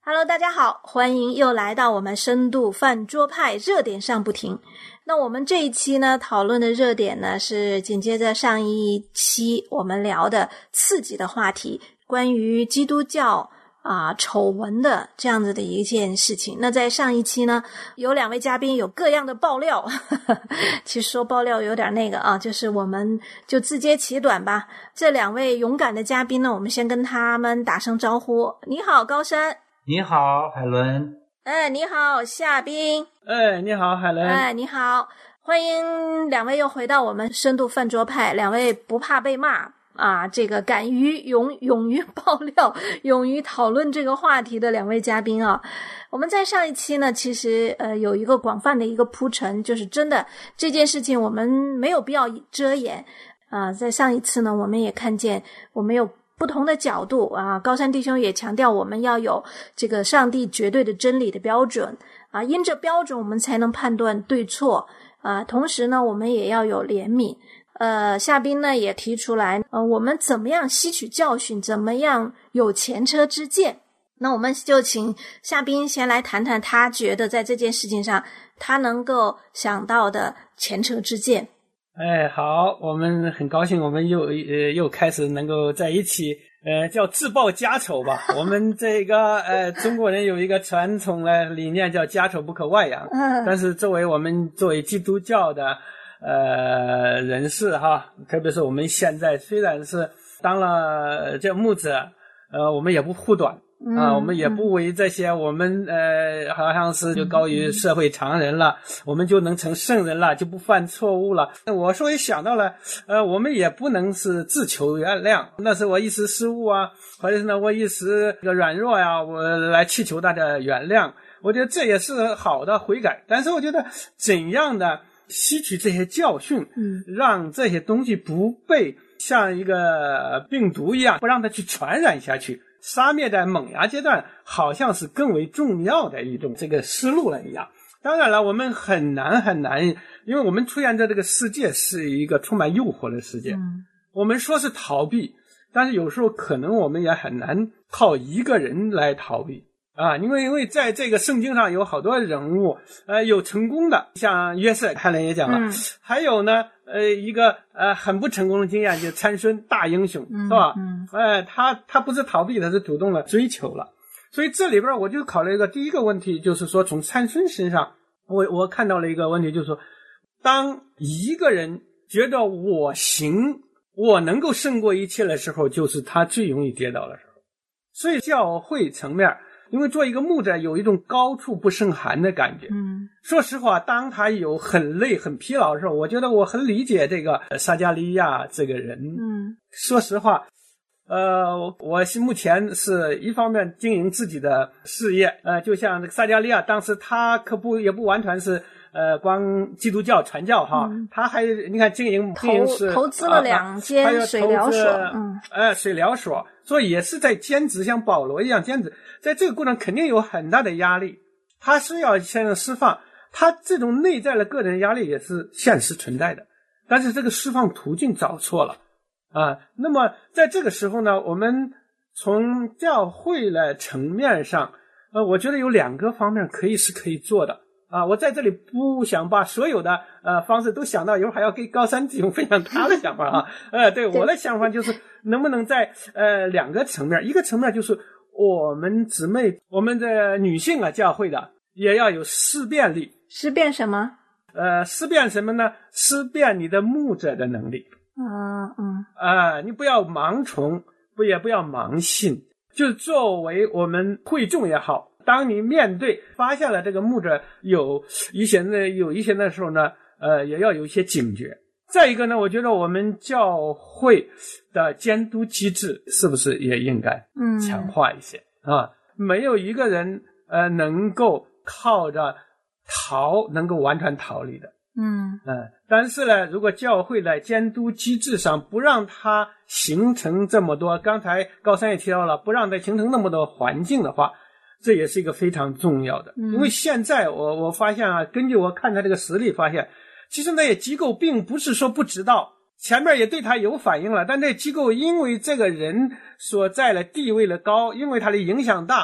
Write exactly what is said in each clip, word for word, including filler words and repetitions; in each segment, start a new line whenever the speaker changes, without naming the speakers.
Hello， 大家好，欢迎又来到我们深度饭桌派热点上不停。那我们这一期呢，讨论的热点呢是紧接着上一期我们聊的刺激的话题，关于基督教啊丑闻的这样子的一件事情。那在上一期呢，有两位嘉宾有各样的爆料，其实说爆料有点那个啊，就是我们就自揭其短吧。这两位勇敢的嘉宾呢，我们先跟他们打声招呼。你好，高山。
你好，海伦。
哎，你好，夏冰。
哎，你好，海伦。
哎，你好，欢迎两位又回到我们深度饭桌派，两位不怕被骂啊，这个敢于勇勇于爆料、勇于讨论这个话题的两位嘉宾啊。我们在上一期呢，其实呃有一个广泛的一个铺陈，就是真的这件事情我们没有必要遮掩啊、呃。在上一次呢，我们也看见我们有不同的角度啊，高山弟兄也强调我们要有这个上帝绝对的真理的标准啊，因着标准我们才能判断对错啊。同时呢，我们也要有怜悯。呃，夏冰呢也提出来，呃，我们怎么样吸取教训，怎么样有前车之鉴。那我们就请夏冰先来谈谈他觉得在这件事情上他能够想到的前车之鉴。
哎，好，我们很高兴我们又呃又开始能够在一起，呃叫自报家丑吧。我们这个呃中国人有一个传统的理念叫家丑不可外扬，嗯，但是作为我们作为基督教的呃人士哈，特别是我们现在虽然是当了这牧者，呃我们也不护短。啊，我们也不为这些我们呃好像是就高于社会常人了，我们就能成圣人了，就不犯错误了。我说也想到了，呃我们也不能是自求原谅，那是我一时失误啊，或者是呢我一时这个软弱呀，我来祈求大家原谅。我觉得这也是好的悔改，但是我觉得怎样的吸取这些教训，嗯，让这些东西不被像一个病毒一样，不让它去传染下去。杀灭在萌芽阶段好像是更为重要的一种这个思路了一样。当然了，我们很难很难，因为我们出现在这个世界是一个充满诱惑的世界，嗯，我们说是逃避，但是有时候可能我们也很难靠一个人来逃避啊，因为因为在这个圣经上有好多人物，呃，有成功的，像约瑟，海伦也讲了，嗯，还有呢，呃，一个呃很不成功的经验，就是参孙大英雄，嗯，是吧？嗯，呃，他他不是逃避，他是主动的追求了。所以这里边我就考虑一个第一个问题，就是说从参孙身上，我我看到了一个问题，就是说，当一个人觉得我行，我能够胜过一切的时候，就是他最容易跌倒的时候。所以教会层面，因为做一个牧者有一种高处不胜寒的感觉。嗯，说实话，当他有很累、很疲劳的时候，我觉得我很理解这个撒迦利亚这个人。嗯，说实话，呃，我是目前是一方面经营自己的事业，呃，就像这个撒迦利亚，当时他可不也不完全是呃光基督教传教哈，嗯，他还你看经营经营是
投资了两间水疗所，嗯，
呃，水疗所，所以也是在兼职，像保罗一样兼职。在这个过程肯定有很大的压力，他是要先生释放，他这种内在的个人压力也是现实存在的，但是这个释放途径找错了啊。那么在这个时候呢，我们从教会的层面上，呃，我觉得有两个方面可以是可以做的啊。我在这里不想把所有的呃方式都想到，一会儿还要给高山弟兄分享他的想法啊。呃，对，我的想法就是能不能在呃两个层面，一个层面就是我们姊妹，我们的女性啊，教会的也要有思辨力。
思辨什么？
呃，思辨什么呢？思辨你的牧者的能力。
嗯嗯。
啊、呃，你不要盲从，不也不要盲信。就作为我们会众也好，当你面对发现了这个牧者有一些的有一些的时候呢，呃，也要有一些警觉。再一个呢，我觉得我们教会的监督机制是不是也应该强化一些、嗯、啊？没有一个人呃能够靠着逃能够完全逃离的，嗯嗯、呃。但是呢，如果教会在监督机制上不让它形成这么多，刚才高山也提到了，不让它形成那么多环境的话，这也是一个非常重要的。嗯、因为现在我我发现啊，根据我看他这个实例发现。其实那些机构并不是说不知道，前面也对他有反应了，但这机构因为这个人所在的地位的高，因为他的影响大，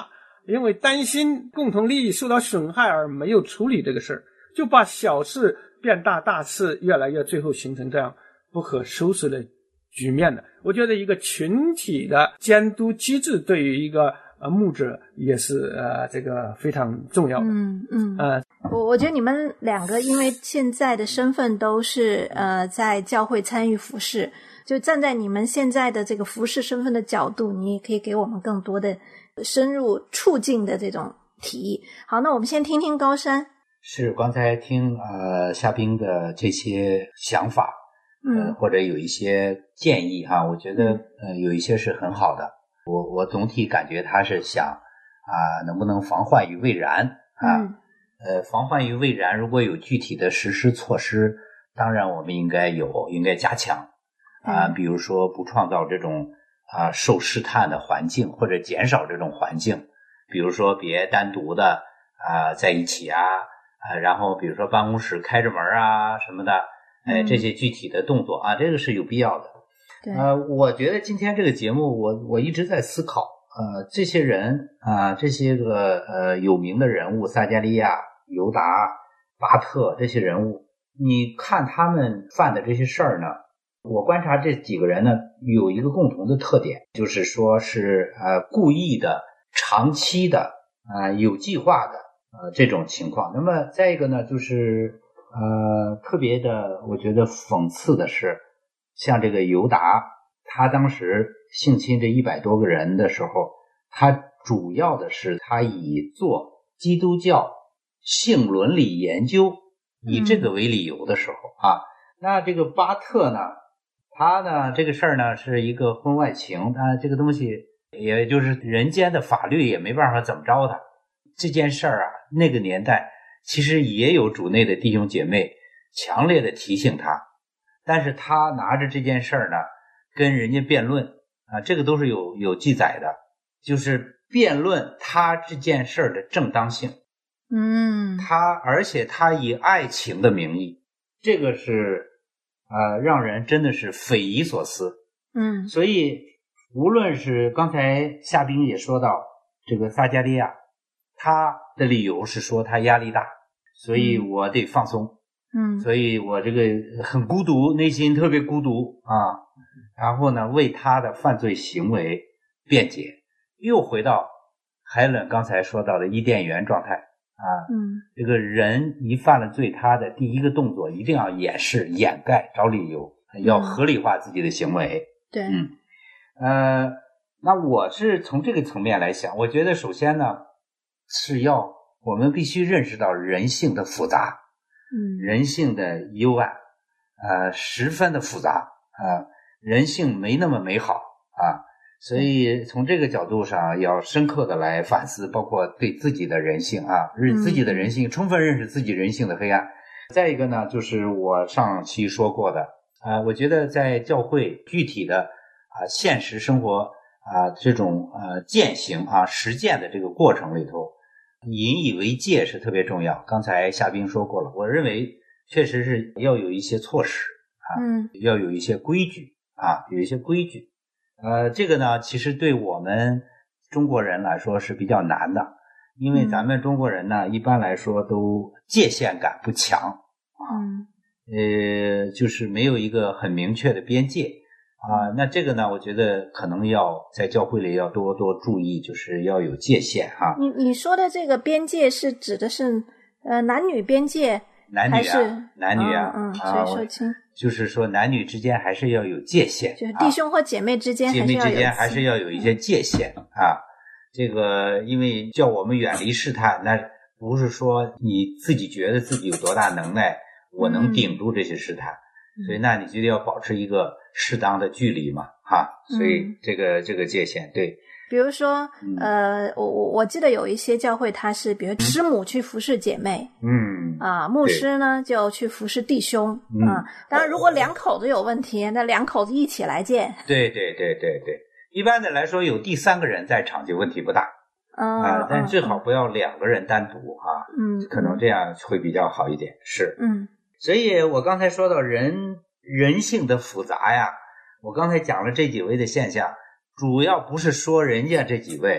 因为担心共同利益受到损害而没有处理这个事儿，就把小事变大，大事越来越，最后形成这样不可收拾的局面的。我觉得一个群体的监督机制对于一个呃牧者也是呃这个非常重要的。
嗯嗯
呃
我我觉得你们两个因为现在的身份都是呃在教会参与服事，就站在你们现在的这个服事身份的角度，你也可以给我们更多的深入促进的这种提议。好，那我们先听听高山。
是刚才听呃夏冰的这些想法，呃
嗯
或者有一些建议哈，我觉得呃有一些是很好的。我我总体感觉他是想啊、能不能防患于未然啊？
嗯
呃，防患于未然，如果有具体的实施措施，当然我们应该有，应该加强啊、
嗯
比如说不创造这种啊、受试探的环境，或者减少这种环境。比如说别单独的啊、在一起啊，啊，然后比如说办公室开着门啊什么的，哎，
嗯
这些具体的动作啊，这个是有必要的。
对
呃，我觉得今天这个节目我，我我一直在思考，呃，这些人啊、这些个呃有名的人物，撒加利亚、犹达、巴特这些人物，你看他们犯的这些事儿呢，我观察这几个人呢，有一个共同的特点，就是说是呃故意的、长期的、啊、呃、有计划的呃这种情况。那么再一个呢，就是呃特别的，我觉得讽刺的是，像这个犹达，他当时性侵这一百多个人的时候，他主要的是他以做基督教性伦理研究，以这个为理由的时候、嗯、啊，那这个巴特呢，他呢这个事儿呢是一个婚外情，他这个东西也就是人间的法律也没办法怎么着他。这件事儿啊，那个年代其实也有主内的弟兄姐妹强烈的提醒他，但是他拿着这件事儿呢跟人家辩论啊，这个都是有有记载的，就是辩论他这件事儿的正当性。
嗯，
他而且他以爱情的名义，这个是呃让人真的是匪夷所思。
嗯，
所以无论是刚才夏冰也说到这个撒加利亚，他的理由是说他压力大，所以我得放松。
嗯，
所以我这个很孤独，内心特别孤独啊。然后呢，为他的犯罪行为辩解，又回到海伦刚才说到的伊甸园状态啊。
嗯，这
个人一犯了罪，他的第一个动作一定要掩饰、掩盖、找理由，要合理化自己的行为。
对，
嗯，呃，那我是从这个层面来想，我觉得首先呢，是要我们必须认识到人性的复杂。
嗯，
人性的幽暗，呃，十分的复杂啊、呃，人性没那么美好啊，所以从这个角度上要深刻的来反思，包括对自己的人性啊，认自己的人性，充分认识自己人性的黑暗。再一个呢，就是我上期说过的啊、呃，我觉得在教会具体的啊、呃、现实生活啊、呃、这种呃践行啊实践的这个过程里头，引以为戒是特别重要。刚才夏冰说过了，我认为确实是要有一些措施啊，
嗯，
要有一些规矩啊，有一些规矩。呃，这个呢，其实对我们中国人来说是比较难的，因为咱们中国人呢，一般来说都界限感不强啊，
嗯，
呃，就是没有一个很明确的边界。啊，那这个呢，我觉得可能要在教会里要多多注意，就是要有界限哈、啊。
你你说的这个边界是指的是呃男女边界，
男女
还是
啊，男女啊，
嗯，嗯
啊，
所以说清，
就是说男女之间还是要有界限，
就是弟兄或姐妹之间，
姐妹之间还是要有一些界限啊。这个因为叫我们远离试探，那不是说你自己觉得自己有多大能耐，我能顶住这些试探。
嗯、
所以那你就要保持一个适当的距离嘛，哈，所以这个、嗯、这个界限对。
比如说，呃，我我我记得有一些教会，它是比如师母去服侍姐妹，
嗯
啊，牧师呢就去服侍弟兄，
嗯、
啊。当然，如果两口子有问题，那两口子一起来见。
对对对对对，一般的来说，有第三个人在场就问题不大，
嗯、
啊，但最好不要两个人单独啊，
嗯，
可能这样会比较好一点，是，
嗯。
所以我刚才说到人人性的复杂呀，我刚才讲了这几位的现象，主要不是说人家这几位，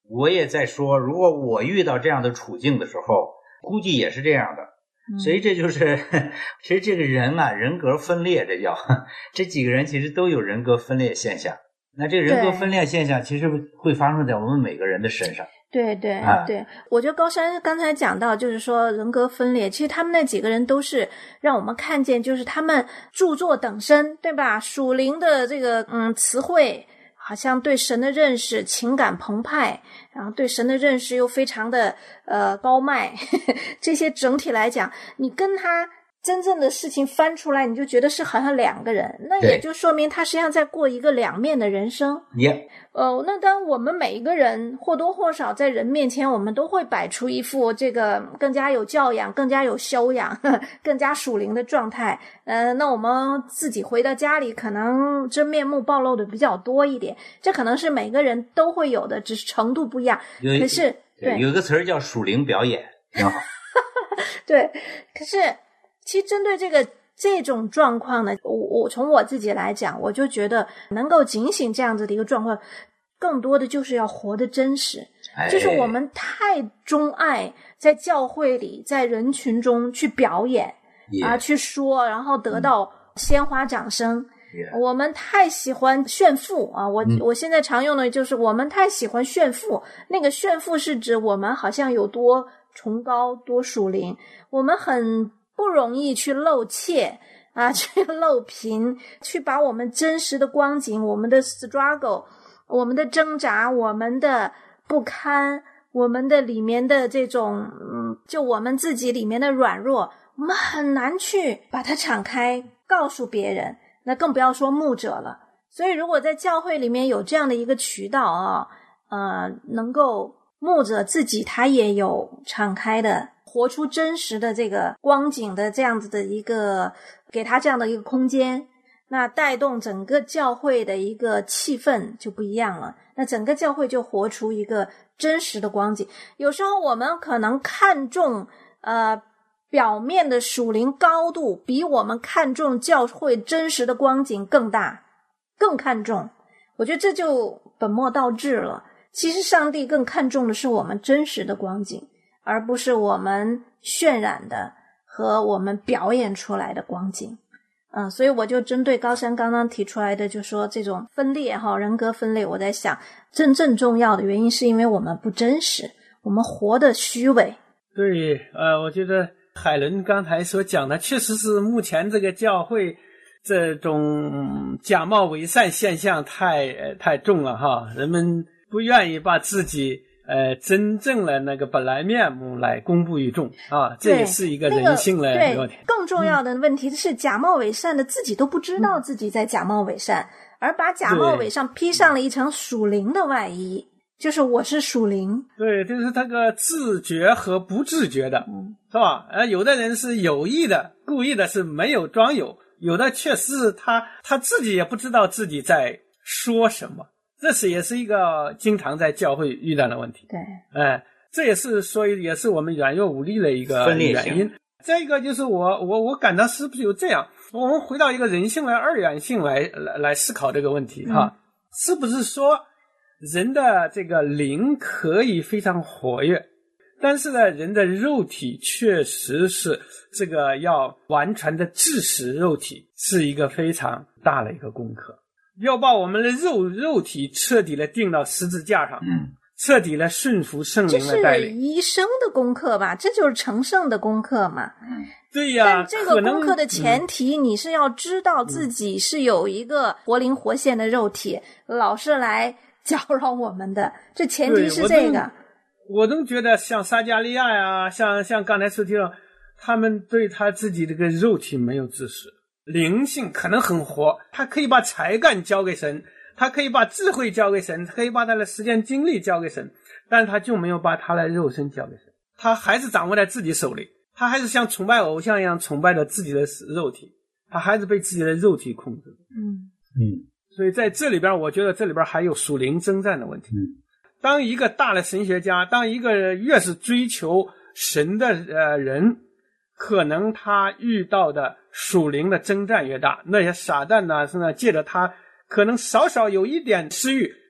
我也在说，如果我遇到这样的处境的时候，估计也是这样的。所以这就是其实这个人啊，人格分裂，这叫这几个人其实都有人格分裂现象。那这个人格分裂现象其实会发生在我们每个人的身上。
对对、
啊、
对，我觉得高山刚才讲到就是说人格分裂，其实他们那几个人都是让我们看见，就是他们著作等身，对吧？属灵的这个嗯词汇，好像对神的认识情感澎湃，然后对神的认识又非常的呃高迈这些整体来讲，你跟他真正的事情翻出来，你就觉得是好像两个人，那也就说明他实际上在过一个两面的人生。
Yeah.
呃，那当我们每一个人或多或少在人面前，我们都会摆出一副这个更加有教养、更加有修养、呵呵更加属灵的状态。呃，那我们自己回到家里，可能真面目暴露的比较多一点，这可能是每个人都会有的，只是程度不一样。可是，对，
有个词儿叫属灵表演，挺好。
对，可是其实针对这个。这种状况呢，我我从我自己来讲，我就觉得能够警醒这样子的一个状况，更多的就是要活得真实。
哎、
就是我们太钟爱在教会里，在人群中去表演、yeah. 啊，去说，然后得到鲜花掌声。
Yeah.
我们太喜欢炫富啊！我、嗯、我现在常用的就是我们太喜欢炫富。那个炫富是指我们好像有多崇高、多属灵，我们很。不容易去露怯啊，去露贫，去把我们真实的光景，我们的 struggle， 我们的挣扎，我们的不堪，我们的里面的这种嗯，就我们自己里面的软弱，我们很难去把它敞开告诉别人，那更不要说牧者了。所以如果在教会里面有这样的一个渠道啊，呃，能够牧者自己他也有敞开的活出真实的这个光景的这样子的一个，给他这样的一个空间，那带动整个教会的一个气氛就不一样了，那整个教会就活出一个真实的光景。有时候我们可能看重呃表面的属灵高度，比我们看重教会真实的光景更大，更看重。我觉得这就本末倒置了。其实上帝更看重的是我们真实的光景，而不是我们渲染的和我们表演出来的光景。嗯，所以我就针对高山刚刚提出来的，就说这种分裂哈，人格分裂，我在想，真正重要的原因是因为我们不真实，我们活得虚伪。
对，呃，我觉得海伦刚才所讲的，确实是目前这个教会这种假冒伪善现象太、呃、太重了哈，人们不愿意把自己呃，真正的那个本来面目来公布于众啊，这也是一个人性的问题、那个。对，
更重要的问题是假冒伪善的自己都不知道自己在假冒伪善，嗯、而把假冒伪善披上了一层属灵的外衣，就是我是属灵。
对，就是这个自觉和不自觉的，嗯、是吧？呃，有的人是有意的、故意的，是没有装有；有的确实是他他自己也不知道自己在说什么。这是也是一个经常在教会遇到的问题。
对，
哎，这也是所以也是我们软弱无力的一个原因。再一个就是我我我感到是不是有这样，我们回到一个人性的二元性来来来思考这个问题哈、嗯，是不是说人的这个灵可以非常活跃，但是呢，人的肉体确实是这个要完全的致死肉体，是一个非常大的一个功课。要把我们的肉肉体彻底的钉到十字架上，
嗯，
彻底的顺服圣灵的带领。
这是一生的功课吧？这就是成圣的功课嘛。
嗯，
对呀。
但这个功课的前提，你是要知道自己是有一个活灵活现的肉体，嗯、老是来搅扰我们的。这前提是这个。
我都觉得像撒迦利亚呀，像像刚才所提到，他们对他自己这个肉体没有知识。灵性可能很活，他可以把才干交给神，他可以把智慧交给神，可以把他的时间精力交给神，但是他就没有把他的肉身交给神，他还是掌握在自己手里，他还是像崇拜偶像一样崇拜着自己的肉体，他还是被自己的肉体控制。
嗯
嗯，
所以在这里边，我觉得这里边还有属灵征战的问题。
嗯，
当一个大的神学家，当一个越是追求神的呃人，可能他遇到的属灵的征战越大，那些撒旦呢是呢借着他可能少少有一点私欲，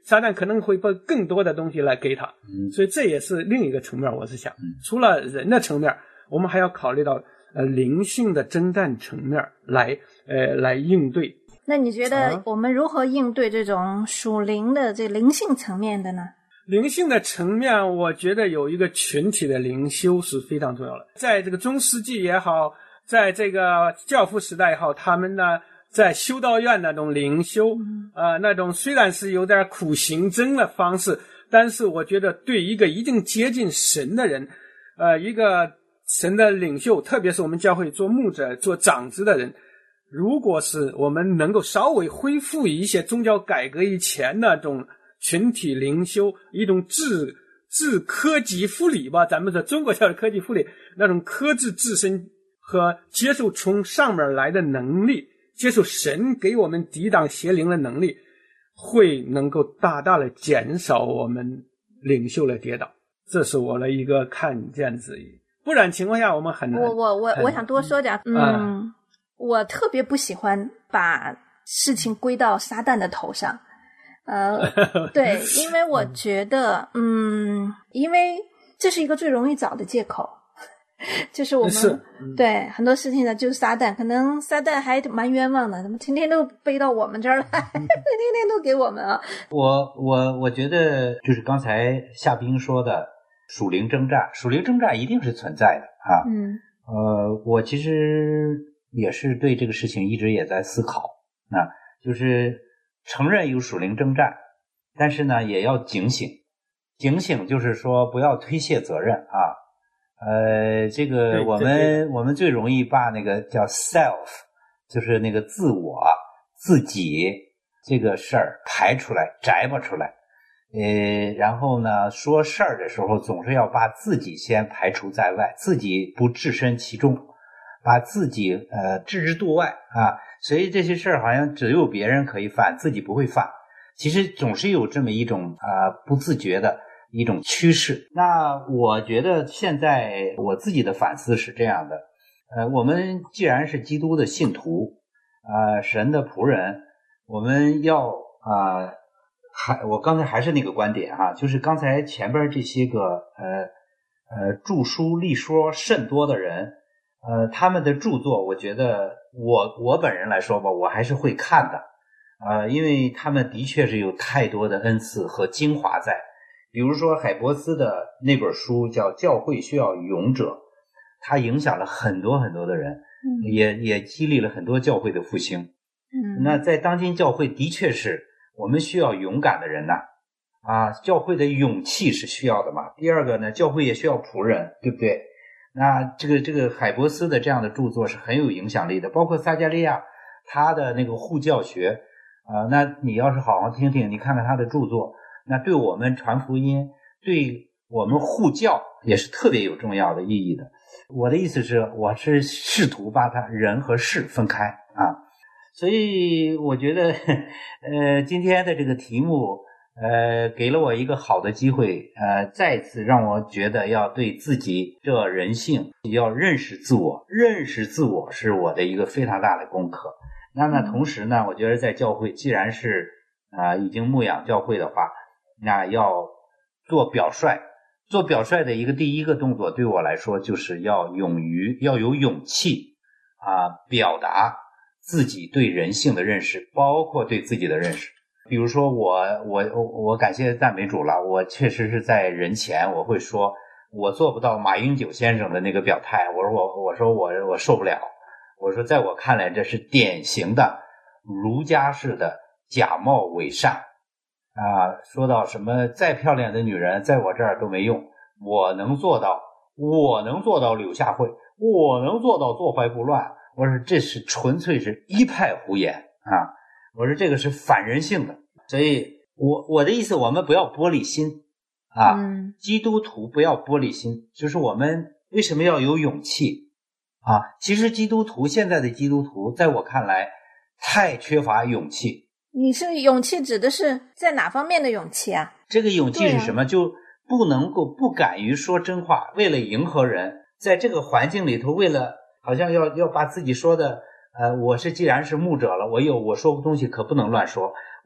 撒旦可能会把更多的东西来给他。
嗯，
所以这也是另一个层面，我是想，
嗯，
除了人的层面，我们还要考虑到呃灵性的征战层面来呃来应对。
那你觉得我们如何应对这种属灵的这灵性层面的呢？
灵性的层面，我觉得有一个群体的灵修是非常重要的。在这个中世纪也好，在这个教父时代也好，他们呢在修道院那种灵修，啊、呃，那种虽然是有点苦行僧的方式，但是我觉得对一个已经接近神的人，呃，一个神的领袖，特别是我们教会做牧者、做长子的人，如果是我们能够稍微恢复一些宗教改革以前那种群体灵修，一种治治科技复理吧，咱们说中国叫的科技复理，那种克制自身和接受从上面来的能力，接受神给我们抵挡邪灵的能力，会能够大大的减少我们领袖的跌倒，这是我的一个看见之一。不然情况下我们很难。
我我我我想多说点，嗯、
啊，
我特别不喜欢把事情归到撒旦的头上。呃，对，因为我觉得，嗯，因为这是一个最容易找的借口，就是我们
是、嗯、
对很多事情呢，就是撒旦，可能撒旦还蛮冤枉的，怎么天天都背到我们这儿来，天天都给我们啊。
我我我觉得就是刚才夏冰说的属灵征战，属灵征战一定是存在的啊。
嗯，
呃，我其实也是对这个事情一直也在思考，啊，就是承认有属灵征战，但是呢也要警醒。警醒就是说不要推卸责任啊。呃，这个我们我们最容易把那个叫 self， 就是那个自我自己这个事儿排出来摘拔出来。呃，然后呢说事儿的时候总是要把自己先排除在外，自己不置身其中，把自己呃置之度外啊。所以这些事儿好像只有别人可以犯，自己不会犯。其实总是有这么一种啊、呃、不自觉的一种趋势。那我觉得现在我自己的反思是这样的，呃，我们既然是基督的信徒，呃，神的仆人，我们要啊、呃，还我刚才还是那个观点哈，就是刚才前边这些个呃呃著书立说甚多的人，呃，他们的著作，我觉得我我本人来说吧，我还是会看的，呃，因为他们的确是有太多的恩赐和精华在。比如说海伯斯的那本书叫《教会需要勇者》，它影响了很多很多的人，
嗯、
也也激励了很多教会的复兴。
嗯，
那在当今教会的确是我们需要勇敢的人呐，啊，教会的勇气是需要的嘛。第二个呢，教会也需要仆人，对不对？那这个这个海伯斯的这样的著作是很有影响力的，包括撒迦利亚他的那个护教学啊、呃，那你要是好好听听，你看看他的著作，那对我们传福音，对我们护教也是特别有重要的意义的。我的意思是，我是试图把它人和事分开啊，所以我觉得，呃，今天的这个题目，呃，给了我一个好的机会，呃，再次让我觉得要对自己这人性要认识自我，认识自我是我的一个非常大的功课。那么同时呢，我觉得在教会，既然是啊、呃、已经牧养教会的话，那要做表率，做表率的一个第一个动作，对我来说就是要勇于要有勇气啊、呃，表达自己对人性的认识，包括对自己的认识。比如说我我我感谢赞美主了，我确实是在人前我会说，我做不到马英九先生的那个表态，我说我我说我我受不了，我说在我看来这是典型的儒家式的假冒伪善。啊，说到什么再漂亮的女人在我这儿都没用，我能做到，我能做到柳下惠，我能做到坐怀不乱。我说这是纯粹是一派胡言啊！我说这个是反人性的，所以我我的意思，我们不要玻璃心啊、嗯，基督徒不要玻璃心，就是我们为什么要有勇气啊？其实基督徒现在的基督徒，在我看来太缺乏勇气。
你是勇气指的是在哪方面的勇气啊？
这个勇气是什么？啊、就不能够不敢于说真话，为了迎合人，在这个环境里头，为了好像要要把自己说的，呃，我是既然是牧者了，我有我说东西可不能乱说，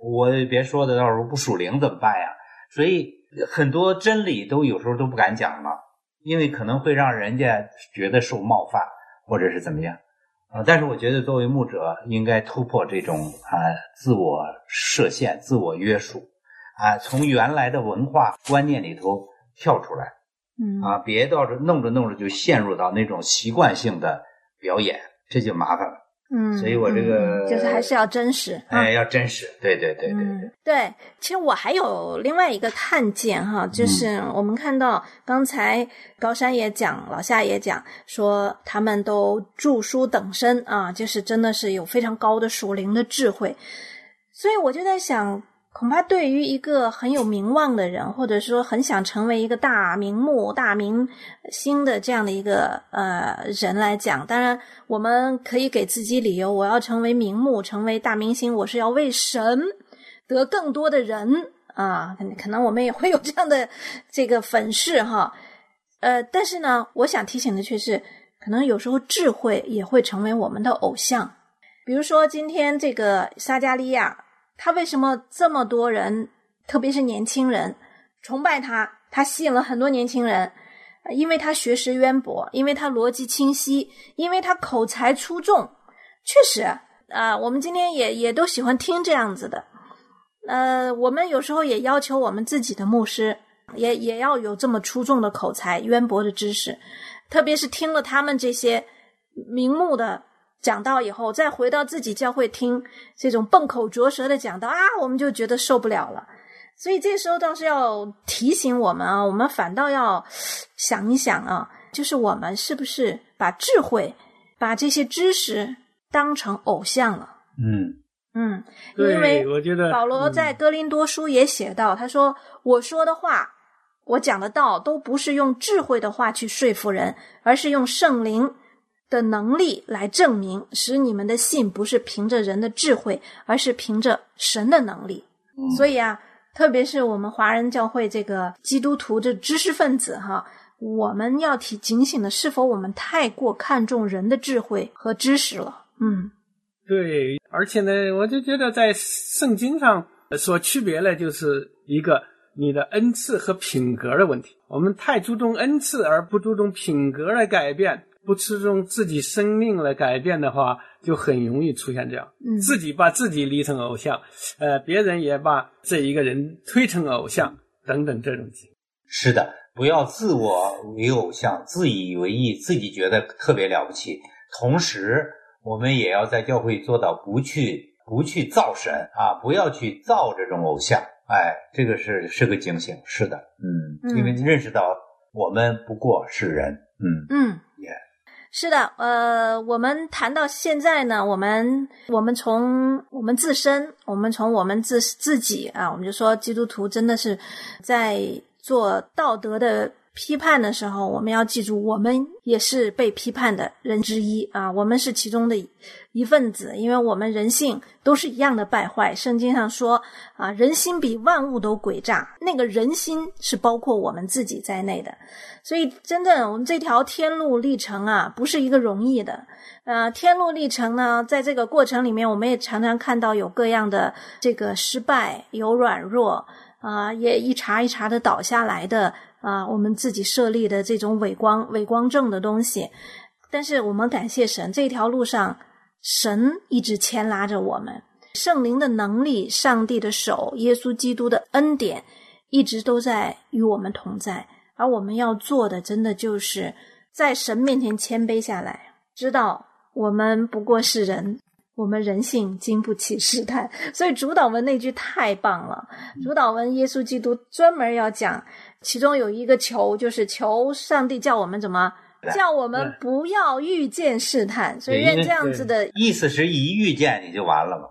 我也别说的到时候不属灵怎么办呀？所以很多真理都有时候都不敢讲了，因为可能会让人家觉得受冒犯或者是怎么样啊。但是我觉得作为牧者应该突破这种啊自我设限、自我约束啊，从原来的文化观念里头跳出来，
嗯
啊，别到这弄着弄着就陷入到那种习惯性的表演，这就麻烦了。
嗯，
所以我这个、
嗯、就是还是要真实，
哎，要真实，对对对对对、
嗯、对。其实我还有另外一个看见哈，就是我们看到刚才高山也讲，老夏也讲，说他们都著书等身啊，就是真的是有非常高的属灵的智慧。所以我就在想，恐怕对于一个很有名望的人，或者说很想成为一个大名目、大明星的这样的一个呃人来讲，当然我们可以给自己理由，我要成为名目、成为大明星，我是要为神得更多的人啊，可能我们也会有这样的这个粉饰哈。呃，但是呢，我想提醒的却是，可能有时候智慧也会成为我们的偶像。比如说今天这个撒迦利亚，他为什么这么多人，特别是年轻人崇拜他？他吸引了很多年轻人，因为他学识渊博，因为他逻辑清晰，因为他口才出众。确实啊、呃，我们今天也也都喜欢听这样子的。呃，我们有时候也要求我们自己的牧师也也要有这么出众的口才、渊博的知识，特别是听了他们这些名目的讲道以后，再回到自己教会听这种笨口拙舌的讲道啊，我们就觉得受不了了。所以这时候倒是要提醒我们啊，我们反倒要想一想啊，就是我们是不是把智慧、把这些知识当成偶像了？
嗯
嗯，
对，
因为
我觉得
保罗在哥林多书也写到，嗯、他说：“我说的话，我讲的道，都不是用智慧的话去说服人，而是用圣灵的能力来证明，使你们的信不是凭着人的智慧，而是凭着神的能力。
嗯、
所以啊，特别是我们华人教会这个基督徒的知识分子哈，我们要提警醒的，是否我们太过看重人的智慧和知识了？嗯，
对，而且呢，我就觉得在圣经上所区别的就是一个你的恩赐和品格的问题。我们太注重恩赐而不注重品格的改变，不注重自己生命的改变的话，就很容易出现这样，
嗯，
自己把自己立成偶像，呃，别人也把这一个人推成偶像，等等这种情况。
是的，不要自我为偶像，自以为意，自己觉得特别了不起。同时，我们也要在教会做到不去不去造神啊，不要去造这种偶像。哎，这个是是个警醒，是的，嗯，因为认识到我们不过是人，嗯
嗯，
也、yeah.
是的，呃，我们谈到现在呢，我们我们从我们自身，我们从我们自自己啊，我们就说基督徒真的是在做道德的批判的时候，我们要记住，我们也是被批判的人之一啊，我们是其中的一份子，因为我们人性都是一样的败坏。圣经上说啊，人心比万物都诡诈，那个人心是包括我们自己在内的。所以真正我们这条天路历程啊，不是一个容易的。呃，天路历程呢，在这个过程里面，我们也常常看到有各样的这个失败，有软弱啊、呃，也一茬一茬的倒下来的啊、呃，我们自己设立的这种伪光伪光正的东西。但是我们感谢神，这条路上神一直牵拉着我们，圣灵的能力、上帝的手、耶稣基督的恩典一直都在与我们同在。而我们要做的真的就是在神面前谦卑下来，知道我们不过是人，我们人性经不起试探。所以主祷文那句太棒了，主祷文耶稣基督专门要讲，其中有一个求，就是求上帝叫我们怎么叫我们不要遇见试探。所以愿这样子的
意思是一遇见你就完了嘛。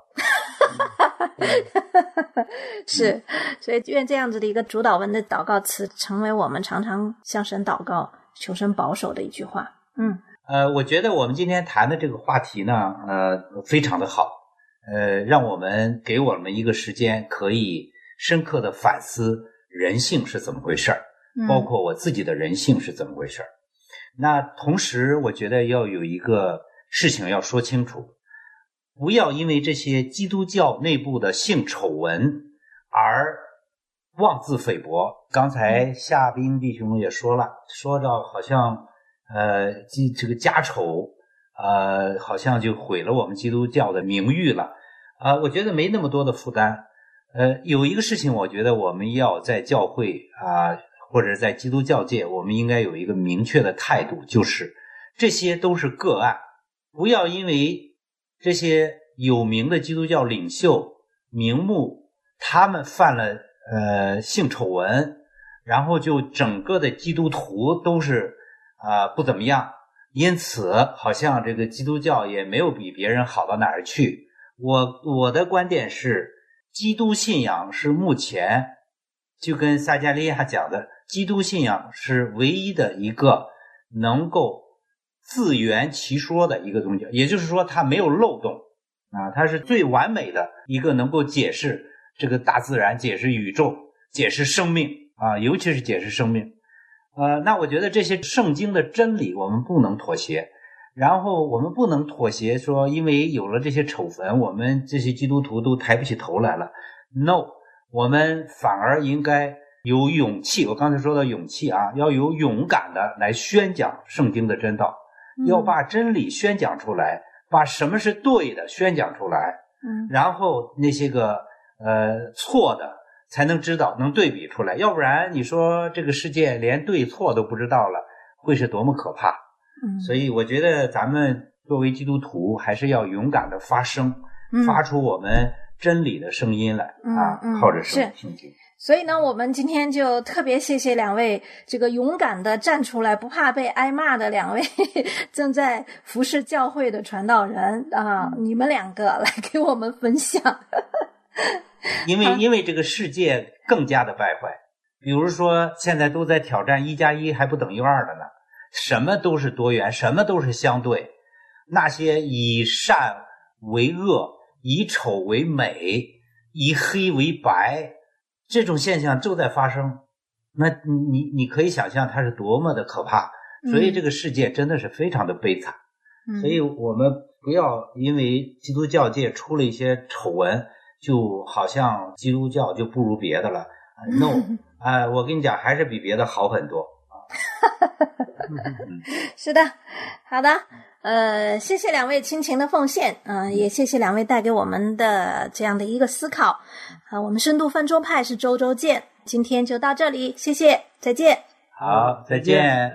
是，所以愿这样子的一个主祷文的祷告词成为我们常常向神祷告求神保守的一句话。嗯，
呃，我觉得我们今天谈的这个话题呢，呃，非常的好，呃，让我们给我们一个时间可以深刻的反思人性是怎么回事儿，包括我自己的人性是怎么回事儿。那同时我觉得要有一个事情要说清楚， 不要因为这些基督教内部的性丑闻而妄自菲薄。刚才夏冰弟兄也说了，说到好像呃这个家丑呃好像就毁了我们基督教的名誉了啊、呃、我觉得没那么多的负担。呃有一个事情我觉得我们要在教会啊、呃、或者在基督教界我们应该有一个明确的态度，就是这些都是个案，不要因为这些有名的基督教领袖名目他们犯了呃性丑闻，然后就整个的基督徒都是啊、呃、不怎么样，因此好像这个基督教也没有比别人好到哪儿去。我我的观点是，基督信仰是目前就跟撒迦利亚讲的，基督信仰是唯一的一个能够自圆其说的一个宗教，也就是说它没有漏洞啊，它是最完美的一个能够解释这个大自然、解释宇宙、解释生命啊，尤其是解释生命。呃，那我觉得这些圣经的真理我们不能妥协，然后我们不能妥协说因为有了这些丑闻我们这些基督徒都抬不起头来了。 No， 我们反而应该有勇气，我刚才说到勇气啊，要有勇敢的来宣讲圣经的真道、嗯、要把真理宣讲出来，把什么是对的宣讲出来，
嗯，
然后那些个呃错的才能知道，能对比出来，要不然你说这个世界连对错都不知道了，会是多么可怕。
嗯，
所以我觉得咱们作为基督徒还是要勇敢的发声、嗯、发出我们真理的声音来、嗯、啊，靠着圣经。
所以呢，我们今天就特别谢谢两位这个勇敢的站出来不怕被挨骂的两位正在服侍教会的传道人啊，你们两个来给我们分享
因为因为这个世界更加的败坏，比如说现在都在挑战一加一还不等于二的呢，什么都是多元，什么都是相对，那些以善为恶，以丑为美，以黑为白，这种现象就在发生，那你你可以想象它是多么的可怕。所以这个世界真的是非常的悲惨、嗯、所以我们不要因为基督教界出了一些丑闻就好像基督教就不如别的了。 No 呃，我跟你讲还是比别的好很多
是的，好的，呃，谢谢两位亲情的奉献，嗯、呃，也谢谢两位带给我们的这样的一个思考。啊、呃，我们深度泛舟派是周周见，今天就到这里，谢谢，再见。
好，再见。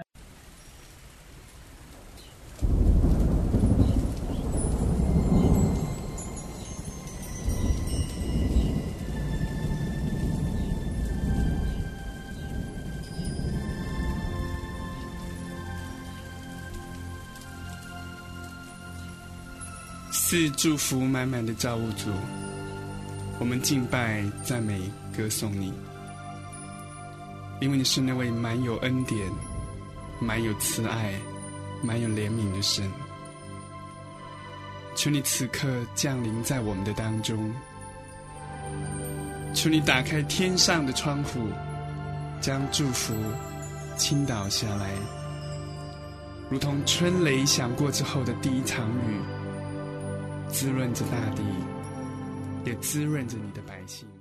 是祝福满满的造物主，我们敬拜赞美歌颂你，因为你是那位满有恩典满有慈爱满有怜悯的神。求你此刻降临在我们的当中，求你打开天上的窗户，将祝福倾倒下来，如同春雷响过之后的第一场雨，滋润着大地，也滋润着你的百姓。